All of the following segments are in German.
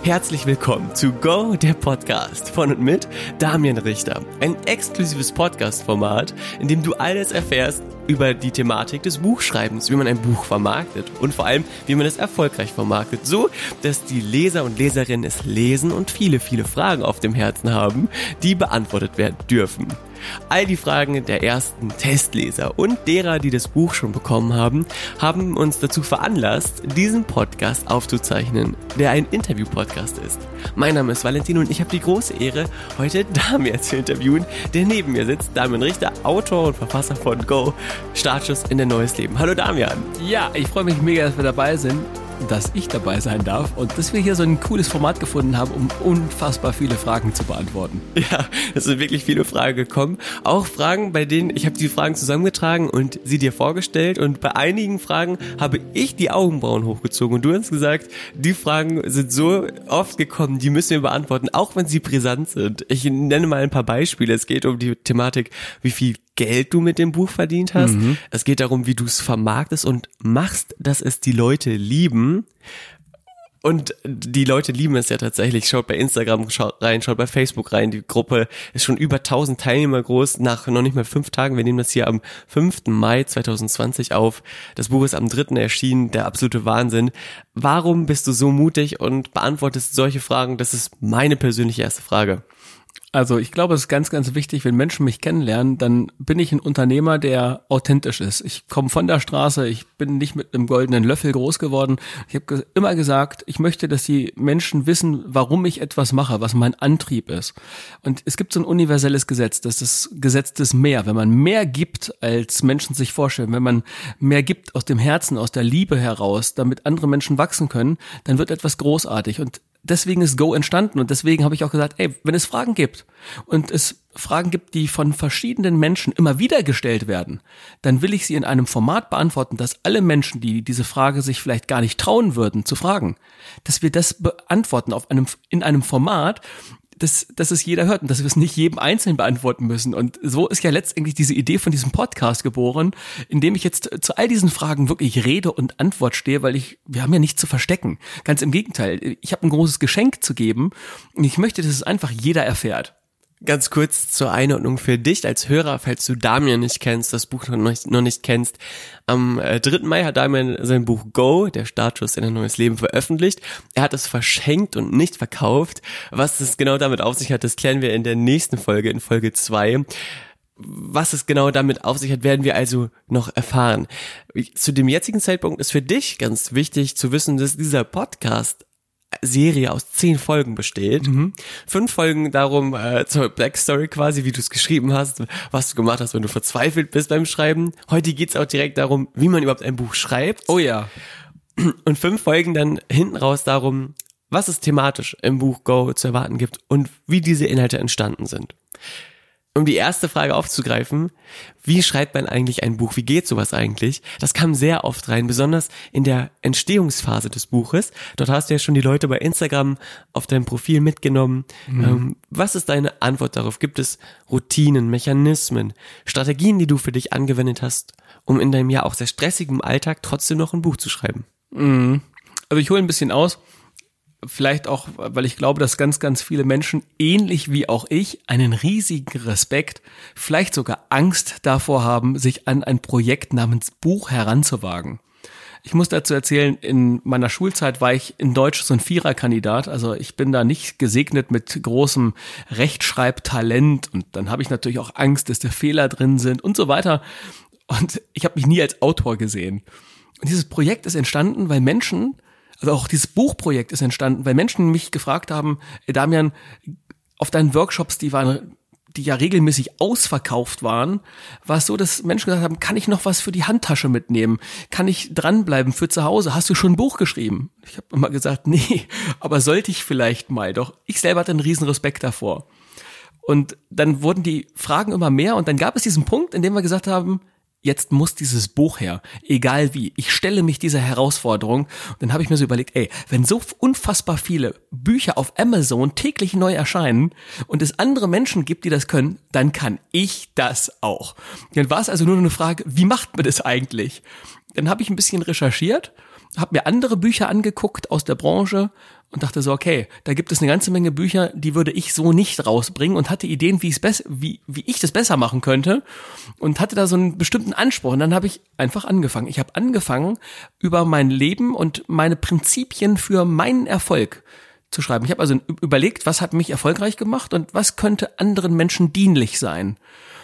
Herzlich willkommen zu Go, der Podcast von und mit Damian Richter. Ein exklusives Podcast-Format, in dem du alles erfährst über die Thematik des Buchschreibens, wie man ein Buch vermarktet und vor allem, wie man es erfolgreich vermarktet, so dass die Leser und Leserinnen es lesen und viele, viele Fragen auf dem Herzen haben, die beantwortet werden dürfen. All die Fragen der ersten Testleser und derer, die das Buch schon bekommen haben, haben uns dazu veranlasst, diesen Podcast aufzuzeichnen, der ein Interview-Podcast ist. Mein Name ist Valentin und ich habe die große Ehre, heute Damian zu interviewen, der neben mir sitzt. Damian Richter, Autor und Verfasser von Go, Startschuss in dein neues Leben. Hallo Damian. Ja, ich freue mich mega, dass wir dabei sind, dass ich dabei sein darf und dass wir hier so ein cooles Format gefunden haben, um unfassbar viele Fragen zu beantworten. Ja, es sind wirklich viele Fragen gekommen. Auch Fragen, bei denen ich habe die Fragen zusammengetragen und sie dir vorgestellt und bei einigen Fragen habe ich die Augenbrauen hochgezogen und du hast gesagt, die Fragen sind so oft gekommen, die müssen wir beantworten, auch wenn sie brisant sind. Ich nenne mal ein paar Beispiele. Es geht um die Thematik, wie viel Geld du mit dem Buch verdient hast. Es geht darum, wie du es vermarktest und machst, dass es die Leute lieben. Und die Leute lieben es ja tatsächlich. Schaut bei Instagram rein, schaut bei Facebook rein. Die Gruppe ist schon über 1000 Teilnehmer groß, nach noch nicht mal 5 Tagen. Wir nehmen das hier am 5. Mai 2020 auf. Das Buch ist am 3. erschienen, der absolute Wahnsinn. Warum bist du so mutig und beantwortest solche Fragen? Das ist meine persönliche erste Frage. Also ich glaube, es ist ganz, ganz wichtig, wenn Menschen mich kennenlernen, dann bin ich ein Unternehmer, der authentisch ist. Ich komme von der Straße, ich bin nicht mit einem goldenen Löffel groß geworden. Ich habe immer gesagt, ich möchte, dass die Menschen wissen, warum ich etwas mache, was mein Antrieb ist. Und es gibt so ein universelles Gesetz, das ist das Gesetz des Mehr. Wenn man mehr gibt, als Menschen sich vorstellen, wenn man mehr gibt aus dem Herzen, aus der Liebe heraus, damit andere Menschen wachsen können, dann wird etwas großartig. Und deswegen ist Go entstanden und deswegen habe ich auch gesagt, ey, wenn es Fragen gibt und es Fragen gibt, die von verschiedenen Menschen immer wieder gestellt werden, dann will ich sie in einem Format beantworten, dass alle Menschen, die diese Frage sich vielleicht gar nicht trauen würden zu fragen, dass wir das beantworten in einem Format, dass es jeder hört und dass wir es nicht jedem einzeln beantworten müssen. Und so ist ja letztendlich diese Idee von diesem Podcast geboren, in dem ich jetzt zu all diesen Fragen wirklich Rede und Antwort stehe, weil wir haben ja nichts zu verstecken. Ganz im Gegenteil, ich habe ein großes Geschenk zu geben und ich möchte, dass es einfach jeder erfährt. Ganz kurz zur Einordnung für dich als Hörer, falls du Damian nicht kennst, das Buch noch nicht kennst. Am 3. Mai hat Damian sein Buch Go, der Startschuss in ein neues Leben, veröffentlicht. Er hat es verschenkt und nicht verkauft. Was es genau damit auf sich hat, das klären wir in der nächsten Folge, in Folge 2. Was es genau damit auf sich hat, werden wir also noch erfahren. Zu dem jetzigen Zeitpunkt ist für dich ganz wichtig zu wissen, dass dieser Podcast Serie aus 10 Folgen besteht. 5 Folgen darum, zur Backstory quasi, wie du es geschrieben hast, was du gemacht hast, wenn du verzweifelt bist beim Schreiben. Heute geht's auch direkt darum, wie man überhaupt ein Buch schreibt. Oh ja. Und 5 Folgen dann hinten raus darum, was es thematisch im Buch Go zu erwarten gibt und wie diese Inhalte entstanden sind. Um die erste Frage aufzugreifen, wie schreibt man eigentlich ein Buch? Wie geht sowas eigentlich? Das kam sehr oft rein, besonders in der Entstehungsphase des Buches. Dort hast du ja schon die Leute bei Instagram auf deinem Profil mitgenommen. Was ist deine Antwort darauf? Gibt es Routinen, Mechanismen, Strategien, die du für dich angewendet hast, um in deinem ja auch sehr stressigen Alltag trotzdem noch ein Buch zu schreiben? Also ich hole ein bisschen aus. Vielleicht auch, weil ich glaube, dass ganz, ganz viele Menschen, ähnlich wie auch ich, einen riesigen Respekt, vielleicht sogar Angst davor haben, sich an ein Projekt namens Buch heranzuwagen. Ich muss dazu erzählen, in meiner Schulzeit war ich in Deutsch so ein Viererkandidat, also ich bin da nicht gesegnet mit großem Rechtschreibtalent und dann habe ich natürlich auch Angst, dass da Fehler drin sind und so weiter und ich habe mich nie als Autor gesehen. Und dieses Projekt ist entstanden, weil Menschen, also auch dieses Buchprojekt ist entstanden, weil Menschen mich gefragt haben, Damian, auf deinen Workshops, die ja regelmäßig ausverkauft waren, war es so, dass Menschen gesagt haben, kann ich noch was für die Handtasche mitnehmen? Kann ich dranbleiben für zu Hause? Hast du schon ein Buch geschrieben? Ich habe immer gesagt, nee, aber sollte ich vielleicht mal. Doch ich selber hatte einen riesen Respekt davor. Und dann wurden die Fragen immer mehr und dann gab es diesen Punkt, in dem wir gesagt haben, jetzt muss dieses Buch her, egal wie. Ich stelle mich dieser Herausforderung. Und dann habe ich mir so überlegt, wenn so unfassbar viele Bücher auf Amazon täglich neu erscheinen und es andere Menschen gibt, die das können, dann kann ich das auch. Dann war es also nur eine Frage, wie macht man das eigentlich? Dann habe ich ein bisschen recherchiert habe mir andere Bücher angeguckt aus der Branche und dachte so, okay, da gibt es eine ganze Menge Bücher, die würde ich so nicht rausbringen und hatte Ideen, wie ich das besser machen könnte und hatte da so einen bestimmten Anspruch. Und dann habe ich einfach angefangen. Ich habe angefangen, über mein Leben und meine Prinzipien für meinen Erfolg zu schreiben. Ich habe also überlegt, was hat mich erfolgreich gemacht und was könnte anderen Menschen dienlich sein.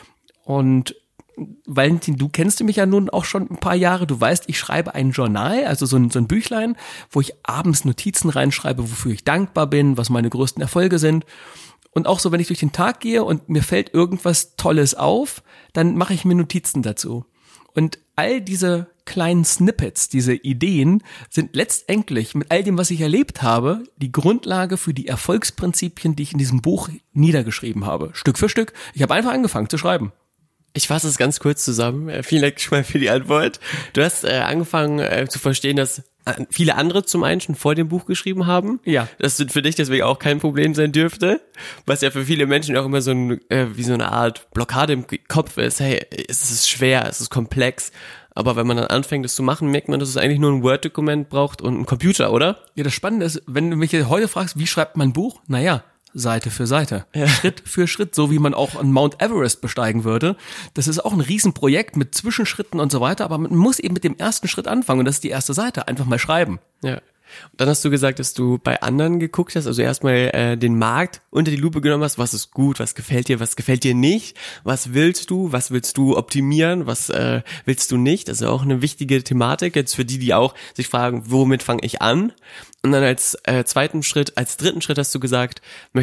Und Valentin, du kennst mich ja nun auch schon ein paar Jahre. Du weißt, ich schreibe ein Journal, also so ein Büchlein, wo ich abends Notizen reinschreibe, wofür ich dankbar bin, was meine größten Erfolge sind. Und auch so, wenn ich durch den Tag gehe und mir fällt irgendwas Tolles auf, dann mache ich mir Notizen dazu. Und all diese kleinen Snippets, diese Ideen sind letztendlich mit all dem, was ich erlebt habe, die Grundlage für die Erfolgsprinzipien, die ich in diesem Buch niedergeschrieben habe. Stück für Stück. Ich habe einfach angefangen zu schreiben. Ich fasse es ganz kurz zusammen. Vielen Dank schon mal für die Antwort. Du hast angefangen zu verstehen, dass viele andere zum einen schon vor dem Buch geschrieben haben. Ja. Das für dich deswegen auch kein Problem sein dürfte. Was ja für viele Menschen auch immer so wie so eine Art Blockade im Kopf ist. Hey, es ist schwer, es ist komplex. Aber wenn man dann anfängt, das zu machen, merkt man, dass es eigentlich nur ein Word-Dokument braucht und einen Computer, oder? Ja, das Spannende ist, wenn du mich heute fragst, wie schreibt man ein Buch? Naja, Seite für Seite, ja. Schritt für Schritt, so wie man auch an Mount Everest besteigen würde. Das ist auch ein Riesenprojekt mit Zwischenschritten und so weiter, aber man muss eben mit dem ersten Schritt anfangen und das ist die erste Seite, einfach mal schreiben. Ja. Und dann hast du gesagt, dass du bei anderen geguckt hast, also erstmal den Markt unter die Lupe genommen hast, was ist gut, was gefällt dir nicht, was willst du optimieren, was willst du nicht, das ist auch eine wichtige Thematik jetzt für die auch sich fragen, womit fange ich an? Und dann als dritten Schritt hast du gesagt,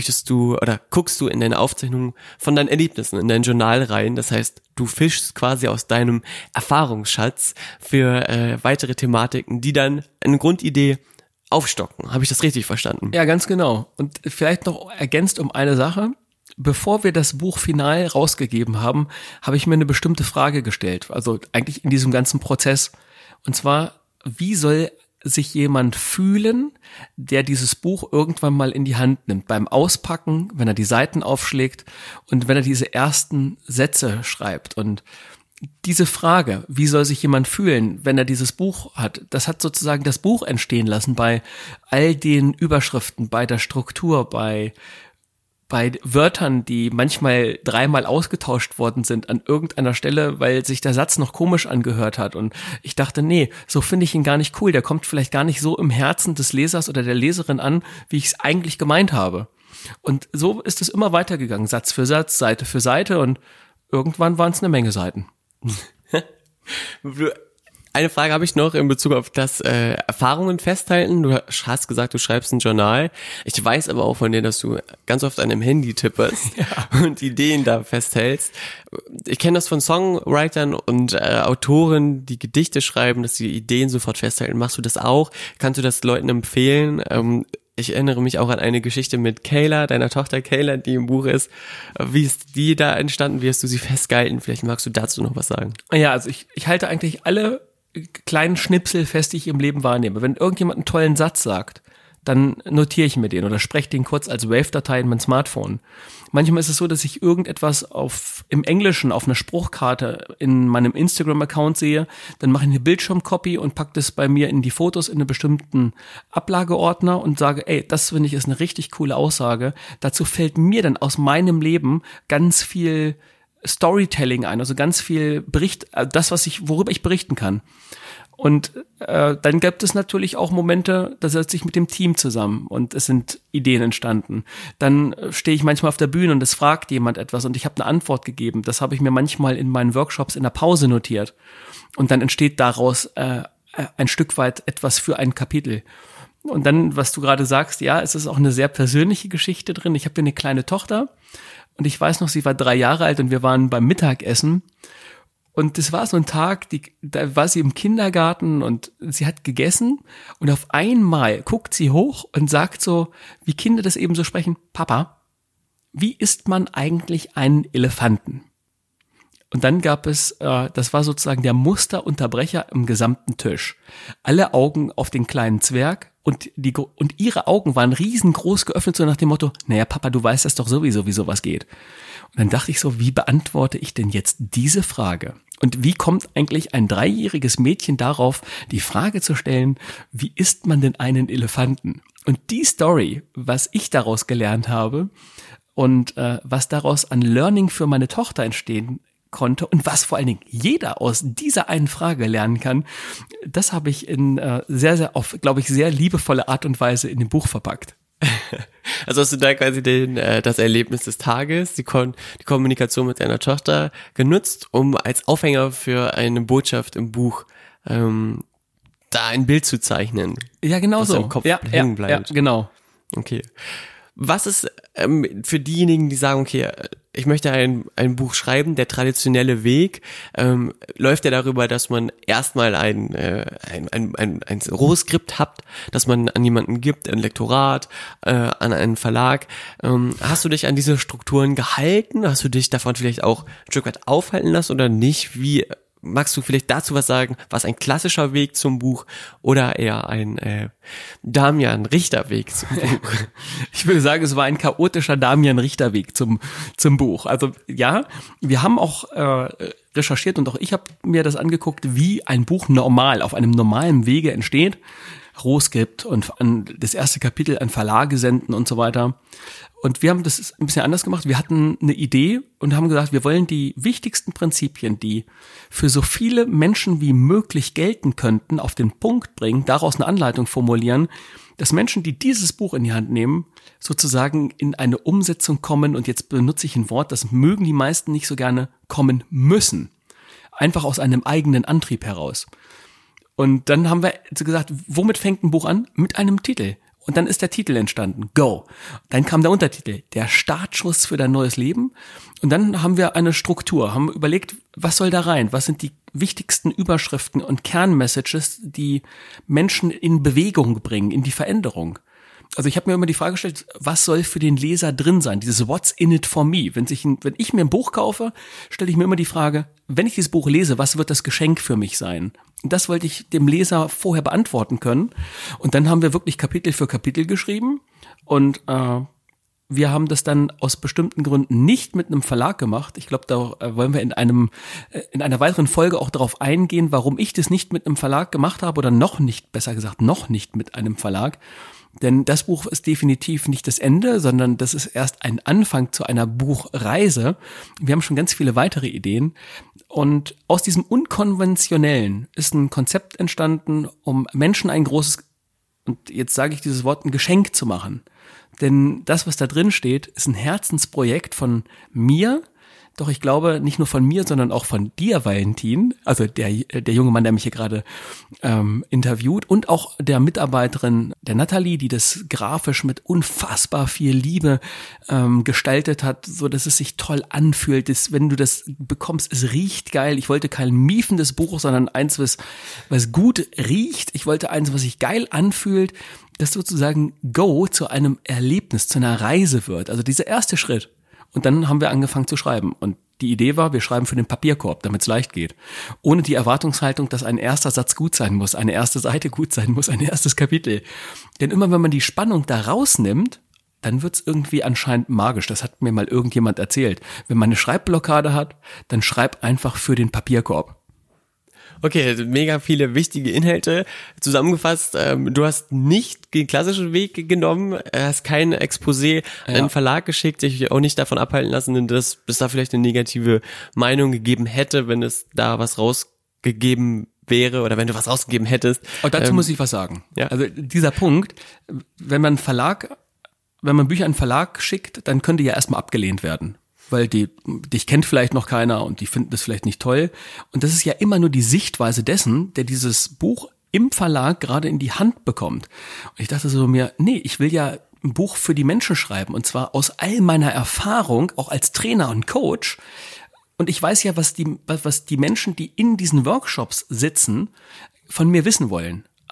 guckst du in deine Aufzeichnungen von deinen Erlebnissen, in dein Journal rein, das heißt, du fischst quasi aus deinem Erfahrungsschatz für weitere Thematiken, die dann eine Grundidee aufstocken. Habe ich das richtig verstanden? Ja, ganz genau. Und vielleicht noch ergänzt um eine Sache. Bevor wir das Buch final rausgegeben haben, habe ich mir eine bestimmte Frage gestellt. Also eigentlich in diesem ganzen Prozess. Und zwar, wie soll sich jemand fühlen, der dieses Buch irgendwann mal in die Hand nimmt, beim Auspacken, wenn er die Seiten aufschlägt und wenn er diese ersten Sätze schreibt. Und diese Frage, wie soll sich jemand fühlen, wenn er dieses Buch hat, das hat sozusagen das Buch entstehen lassen bei all den Überschriften, bei der Struktur, bei Wörtern, die manchmal 3-mal ausgetauscht worden sind an irgendeiner Stelle, weil sich der Satz noch komisch angehört hat. Und ich dachte, nee, so finde ich ihn gar nicht cool. Der kommt vielleicht gar nicht so im Herzen des Lesers oder der Leserin an, wie ich es eigentlich gemeint habe. Und so ist es immer weitergegangen, Satz für Satz, Seite für Seite und irgendwann waren es eine Menge Seiten. Eine Frage habe ich noch in Bezug auf das Erfahrungen festhalten. Du hast gesagt, du schreibst ein Journal. Ich weiß aber auch von dir, dass du ganz oft an einem Handy tipperst und Ideen da festhältst. Ich kenne das von Songwritern und Autoren, die Gedichte schreiben, dass sie Ideen sofort festhalten. Machst du das auch? Kannst du das Leuten empfehlen? Ich erinnere mich auch an eine Geschichte mit Kayla, deiner Tochter Kayla, die im Buch ist. Wie ist die da entstanden? Wie hast du sie festgehalten? Vielleicht magst du dazu noch was sagen. Ja, also ich halte eigentlich alle kleinen Schnipsel fest, die ich im Leben wahrnehme. Wenn irgendjemand einen tollen Satz sagt, dann notiere ich mir den oder spreche den kurz als Wave-Datei in mein Smartphone. Manchmal ist es so, dass ich irgendetwas im Englischen auf einer Spruchkarte in meinem Instagram-Account sehe, dann mache ich eine Bildschirmcopy und packe das bei mir in die Fotos in einen bestimmten Ablageordner und sage, ey, das finde ich ist eine richtig coole Aussage. Dazu fällt mir dann aus meinem Leben ganz viel Storytelling ein, also ganz viel worüber ich berichten kann. Und dann gibt es natürlich auch Momente, da setze ich mit dem Team zusammen und es sind Ideen entstanden. Dann stehe ich manchmal auf der Bühne und es fragt jemand etwas und ich habe eine Antwort gegeben. Das habe ich mir manchmal in meinen Workshops in der Pause notiert. Und dann entsteht daraus ein Stück weit etwas für ein Kapitel. Und dann, was du gerade sagst, ja, es ist auch eine sehr persönliche Geschichte drin. Ich habe hier eine kleine Tochter und ich weiß noch, sie war 3 Jahre alt und wir waren beim Mittagessen. Und das war so ein Tag, da war sie im Kindergarten und sie hat gegessen und auf einmal guckt sie hoch und sagt so, wie Kinder das eben so sprechen, Papa, wie isst man eigentlich einen Elefanten? Und dann gab es, das war sozusagen der Musterunterbrecher im gesamten Tisch. Alle Augen auf den kleinen Zwerg und ihre Augen waren riesengroß geöffnet, so nach dem Motto, naja, Papa, du weißt das doch sowieso, wie sowas geht. Und dann dachte ich so, wie beantworte ich denn jetzt diese Frage? Und wie kommt eigentlich ein 3-jähriges Mädchen darauf, die Frage zu stellen, wie isst man denn einen Elefanten? Und die Story, was ich daraus gelernt habe und was daraus an Learning für meine Tochter entstehen konnte und was vor allen Dingen jeder aus dieser einen Frage lernen kann, das habe ich in sehr, sehr auf, glaube ich, sehr liebevolle Art und Weise in dem Buch verpackt. Also hast du da quasi das Erlebnis des Tages, die Kommunikation mit deiner Tochter genutzt, um als Aufhänger für eine Botschaft im Buch da ein Bild zu zeichnen. Ja, genau was so. Im Kopf hängen bleibt. Ja, genau. Okay. Was ist für diejenigen, die sagen, okay, ich möchte ein Buch schreiben, der traditionelle Weg, läuft ja darüber, dass man erstmal ein Rohskript hat, das man an jemanden gibt, ein Lektorat, an einen Verlag. Hast du dich an diese Strukturen gehalten? Hast du dich davon vielleicht auch ein Stück weit aufhalten lassen oder nicht? Wie magst du vielleicht dazu was sagen? Was ein klassischer Weg zum Buch oder eher ein Damian-Richter-Weg zum Buch? Ich würde sagen, es war ein chaotischer Damian-Richter-Weg zum Buch. Also ja, wir haben auch recherchiert und auch ich habe mir das angeguckt, wie ein Buch normal, auf einem normalen Wege entsteht. Rohskript und das erste Kapitel an Verlage senden und so weiter. Und wir haben das ein bisschen anders gemacht. Wir hatten eine Idee und haben gesagt, wir wollen die wichtigsten Prinzipien, die für so viele Menschen wie möglich gelten könnten, auf den Punkt bringen, daraus eine Anleitung formulieren, dass Menschen, die dieses Buch in die Hand nehmen, sozusagen in eine Umsetzung kommen. Und jetzt benutze ich ein Wort, das mögen die meisten nicht so gerne, kommen müssen. Einfach aus einem eigenen Antrieb heraus. Und dann haben wir gesagt, womit fängt ein Buch an? Mit einem Titel. Und dann ist der Titel entstanden, Go. Dann kam der Untertitel, der Startschuss für dein neues Leben. Und dann haben wir eine Struktur, haben überlegt, was soll da rein? Was sind die wichtigsten Überschriften und Kernmessages, die Menschen in Bewegung bringen, in die Veränderung? Also ich habe mir immer die Frage gestellt, was soll für den Leser drin sein? Dieses What's in it for me? Wenn ich mir ein Buch kaufe, stelle ich mir immer die Frage, wenn ich dieses Buch lese, was wird das Geschenk für mich sein? Und das wollte ich dem Leser vorher beantworten können. Und dann haben wir wirklich Kapitel für Kapitel geschrieben. Und wir haben das dann aus bestimmten Gründen nicht mit einem Verlag gemacht. Ich glaube, da wollen wir in einer weiteren Folge auch darauf eingehen, warum ich das nicht mit einem Verlag gemacht habe oder noch nicht mit einem Verlag. Denn das Buch ist definitiv nicht das Ende, sondern das ist erst ein Anfang zu einer Buchreise. Wir haben schon ganz viele weitere Ideen. Und aus diesem Unkonventionellen ist ein Konzept entstanden, um Menschen ein großes, und jetzt sage ich dieses Wort, ein Geschenk zu machen. Denn das, was da drin steht, ist ein Herzensprojekt von mir. Doch ich glaube, nicht nur von mir, sondern auch von dir, Valentin, also der junge Mann, der mich hier gerade interviewt, und auch der Mitarbeiterin, der Nathalie, die das grafisch mit unfassbar viel Liebe gestaltet hat, so dass es sich toll anfühlt. Wenn du das bekommst, es riecht geil. Ich wollte kein miefendes Buch, sondern eins, was gut riecht. Ich wollte eins, was sich geil anfühlt, das sozusagen Go zu einem Erlebnis, zu einer Reise wird. Also dieser erste Schritt. Und dann haben wir angefangen zu schreiben. Und die Idee war, wir schreiben für den Papierkorb, damit es leicht geht. Ohne die Erwartungshaltung, dass ein erster Satz gut sein muss, eine erste Seite gut sein muss, ein erstes Kapitel. Denn immer wenn man die Spannung da rausnimmt, dann wird's irgendwie anscheinend magisch. Das hat mir mal irgendjemand erzählt. Wenn man eine Schreibblockade hat, dann schreib einfach für den Papierkorb. Okay, mega viele wichtige Inhalte zusammengefasst. Du hast nicht den klassischen Weg genommen, hast kein Exposé an einen Verlag geschickt, dich auch nicht davon abhalten lassen, dass es da vielleicht eine negative Meinung gegeben hätte, wenn es da was rausgegeben wäre oder wenn du was rausgegeben hättest. Und dazu muss ich was sagen. Ja. Also dieser Punkt, wenn man Bücher an einen Verlag schickt, dann könnte ja erstmal abgelehnt werden. Weil dich kennt vielleicht noch keiner und die finden das vielleicht nicht toll. Und das ist ja immer nur die Sichtweise dessen, der dieses Buch im Verlag gerade in die Hand bekommt. Und ich dachte so mir, nee, ich will ja ein Buch für die Menschen schreiben. Und zwar aus all meiner Erfahrung, auch als Trainer und Coach. Und ich weiß ja, was die Menschen, die in diesen Workshops sitzen, von mir wissen wollen.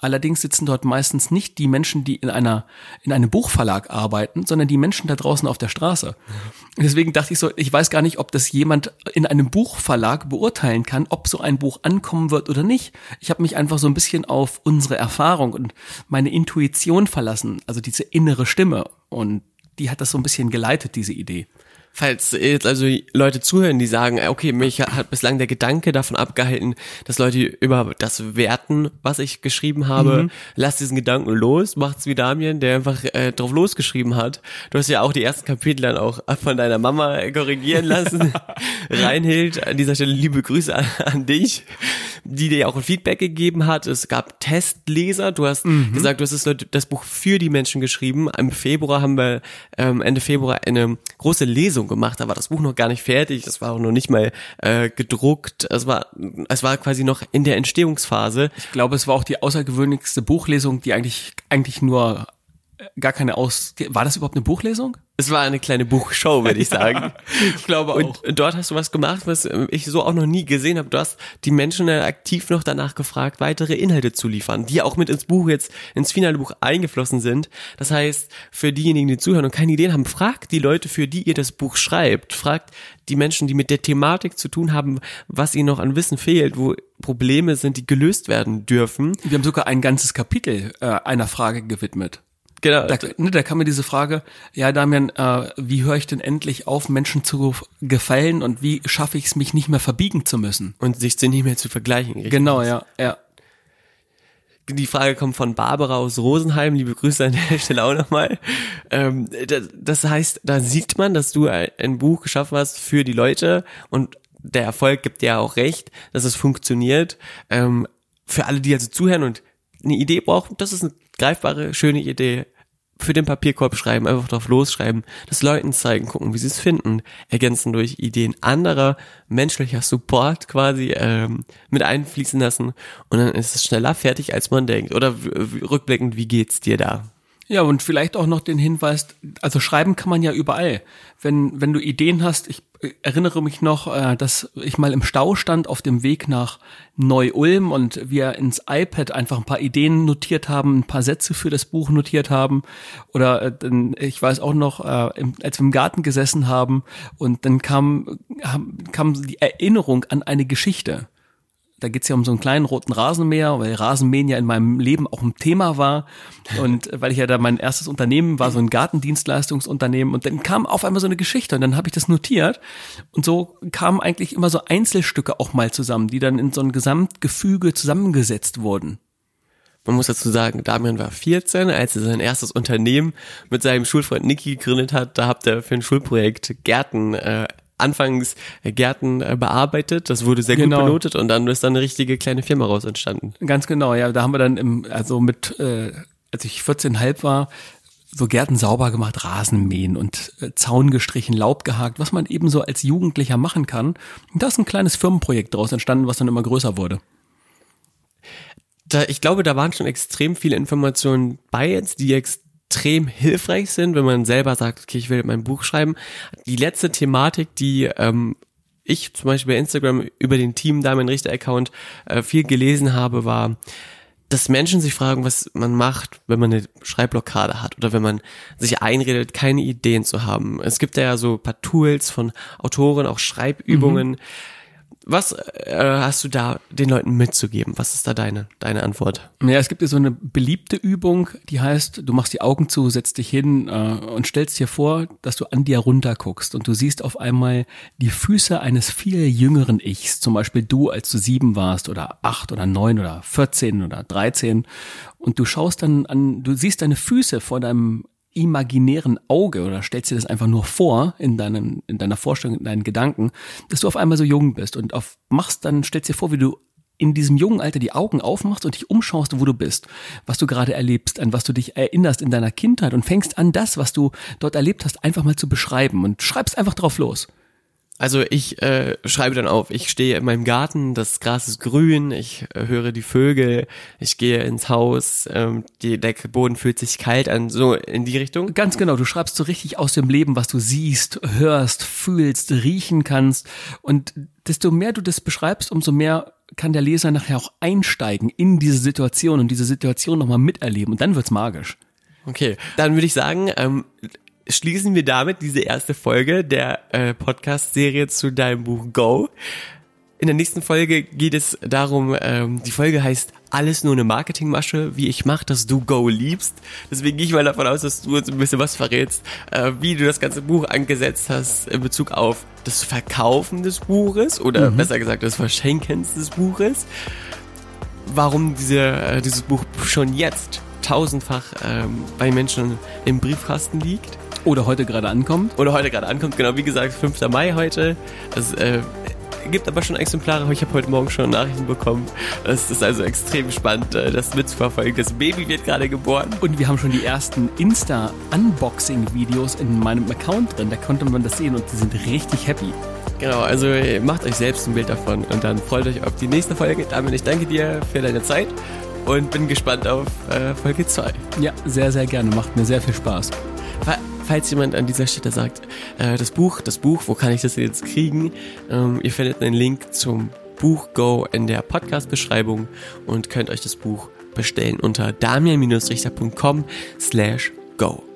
Allerdings sitzen dort meistens nicht die Menschen, die in einem Buchverlag arbeiten, sondern die Menschen da draußen auf der Straße. Deswegen dachte ich so, ich weiß gar nicht, ob das jemand in einem Buchverlag beurteilen kann, ob so ein Buch ankommen wird oder nicht. Ich habe mich einfach so ein bisschen auf unsere Erfahrung und meine Intuition verlassen, also diese innere Stimme. Und die hat das so ein bisschen geleitet, diese Idee. Falls jetzt also Leute zuhören, die sagen, okay, mich hat bislang der Gedanke davon abgehalten, dass Leute über das werten, was ich geschrieben habe, lass diesen Gedanken los, macht's wie Damian, der einfach drauf losgeschrieben hat. Du hast ja auch die ersten Kapitel dann auch von deiner Mama korrigieren lassen. Reinhild, an dieser Stelle liebe Grüße an dich, die dir ja auch ein Feedback gegeben hat. Es gab Testleser, du hast gesagt, du hast das Buch für die Menschen geschrieben. Im Februar haben wir, Ende Februar eine große Lesung gemacht, da war das Buch noch gar nicht fertig, es war auch noch nicht mal gedruckt, es war quasi noch in der Entstehungsphase. Ich glaube, es war auch die außergewöhnlichste Buchlesung, die eigentlich nur gar keine war das überhaupt eine Buchlesung? Es war eine kleine Buchshow, würde ich sagen. Ich glaube auch. Und dort hast du was gemacht, was ich so auch noch nie gesehen habe. Du hast die Menschen aktiv noch danach gefragt, weitere Inhalte zu liefern, die auch mit ins finale Buch eingeflossen sind. Das heißt, für diejenigen, die zuhören und keine Ideen haben, fragt die Leute, für die ihr das Buch schreibt. Fragt die Menschen, die mit der Thematik zu tun haben, was ihnen noch an Wissen fehlt, wo Probleme sind, die gelöst werden dürfen. Wir haben sogar ein ganzes Kapitel einer Frage gewidmet. Genau. Da kam mir diese Frage, ja Damian, wie höre ich denn endlich auf, Menschen zu gefallen und wie schaffe ich es, mich nicht mehr verbiegen zu müssen? Und sich zu nicht mehr zu vergleichen. Richtig? Genau, ja. Die Frage kommt von Barbara aus Rosenheim, liebe Grüße an der Stelle auch nochmal. Das heißt, da sieht man, dass du ein Buch geschaffen hast für die Leute und der Erfolg gibt dir auch recht, dass es funktioniert. Für alle, die also zuhören und eine Idee brauchen, das ist eine greifbare, schöne Idee. Für den Papierkorb schreiben, einfach drauf losschreiben, das Leuten zeigen, gucken, wie sie es finden, ergänzen durch Ideen anderer, menschlicher Support quasi mit einfließen lassen und dann ist es schneller fertig, als man denkt. Oder rückblickend, wie geht's dir da? Ja, und vielleicht auch noch den Hinweis, also schreiben kann man ja überall. Wenn du Ideen hast, ich erinnere mich noch, dass ich mal im Stau stand auf dem Weg nach Neu-Ulm und wir ins iPad einfach ein paar Ideen notiert haben, ein paar Sätze für das Buch notiert haben. Oder ich weiß auch noch, als wir im Garten gesessen haben und dann kam die Erinnerung an eine Geschichte. Da geht's ja um so einen kleinen roten Rasenmäher, weil Rasenmähen ja in meinem Leben auch ein Thema war. Und weil ich ja da mein erstes Unternehmen war, so ein Gartendienstleistungsunternehmen. Und dann kam auf einmal so eine Geschichte und dann habe ich das notiert. Und so kamen eigentlich immer so Einzelstücke auch mal zusammen, die dann in so ein Gesamtgefüge zusammengesetzt wurden. Man muss dazu sagen, Damian war 14, als er sein erstes Unternehmen mit seinem Schulfreund Niki gegründet hat. Da habt ihr für ein Schulprojekt Anfangs Gärten bearbeitet, das wurde sehr gut benotet und dann ist dann eine richtige kleine Firma raus entstanden. Ganz genau, ja, da haben wir dann als ich 14,5 war, so Gärten sauber gemacht, Rasen mähen und Zaun gestrichen, Laub gehakt, was man eben so als Jugendlicher machen kann. Und da ist ein kleines Firmenprojekt draus entstanden, was dann immer größer wurde. Ich glaube, da waren schon extrem viele Informationen bei jetzt, die extrem hilfreich sind, wenn man selber sagt, okay, ich will mein Buch schreiben. Die letzte Thematik, die ich zum Beispiel bei Instagram über den Team Damian Richter Account viel gelesen habe, war, dass Menschen sich fragen, was man macht, wenn man eine Schreibblockade hat oder wenn man sich einredet, keine Ideen zu haben. Es gibt ja so ein paar Tools von Autoren, auch Schreibübungen. Was hast du da den Leuten mitzugeben? Was ist da deine Antwort? Ja, es gibt ja so eine beliebte Übung, die heißt, du machst die Augen zu, setzt dich hin und stellst dir vor, dass du an dir runterguckst und du siehst auf einmal die Füße eines viel jüngeren Ichs, zum Beispiel du, als du 7 warst oder 8 oder 9 oder 14 oder 13 und du schaust dann an, du siehst deine Füße vor deinem imaginären Auge oder stellst dir das einfach nur vor in deiner Vorstellung, in deinen Gedanken, dass du auf einmal so jung bist und stellst dir vor, wie du in diesem jungen Alter die Augen aufmachst und dich umschaust, wo du bist, was du gerade erlebst, an was du dich erinnerst in deiner Kindheit und fängst an, das, was du dort erlebt hast, einfach mal zu beschreiben und schreibst einfach drauf los. Also ich schreibe dann auf, ich stehe in meinem Garten, das Gras ist grün, ich höre die Vögel, ich gehe ins Haus, der Boden fühlt sich kalt an, so in die Richtung. Ganz genau, du schreibst so richtig aus dem Leben, was du siehst, hörst, fühlst, riechen kannst und desto mehr du das beschreibst, umso mehr kann der Leser nachher auch einsteigen in diese Situation und diese Situation nochmal miterleben und dann wird's magisch. Okay, dann würde ich sagen, schließen wir damit diese erste Folge der Podcast-Serie zu deinem Buch Go. In der nächsten Folge geht es darum, die Folge heißt Alles nur eine Marketingmasche, wie ich mache, dass du Go liebst. Deswegen gehe ich mal davon aus, dass du uns ein bisschen was verrätst, wie du das ganze Buch angesetzt hast in Bezug auf das Verkaufen des Buches oder besser gesagt das Verschenken des Buches. Warum dieses Buch schon jetzt tausendfach bei Menschen im Briefkasten liegt. Oder heute gerade ankommt. Genau, wie gesagt, 5. Mai heute. Es gibt aber schon Exemplare, ich habe heute Morgen schon Nachrichten bekommen. Es ist also extrem spannend, das mitzuverfolgen. Das Baby wird gerade geboren. Und wir haben schon die ersten Insta-Unboxing-Videos in meinem Account drin. Da konnte man das sehen und die sind richtig happy. Genau, also macht euch selbst ein Bild davon und dann freut euch auf die nächste Folge. Damit ich danke dir für deine Zeit und bin gespannt auf Folge 2. Ja, sehr, sehr gerne. Macht mir sehr viel Spaß. Falls jemand an dieser Stelle sagt, das Buch, wo kann ich das jetzt kriegen? Ihr findet einen Link zum Buch Go in der Podcast-Beschreibung und könnt euch das Buch bestellen unter damian-richter.com/go.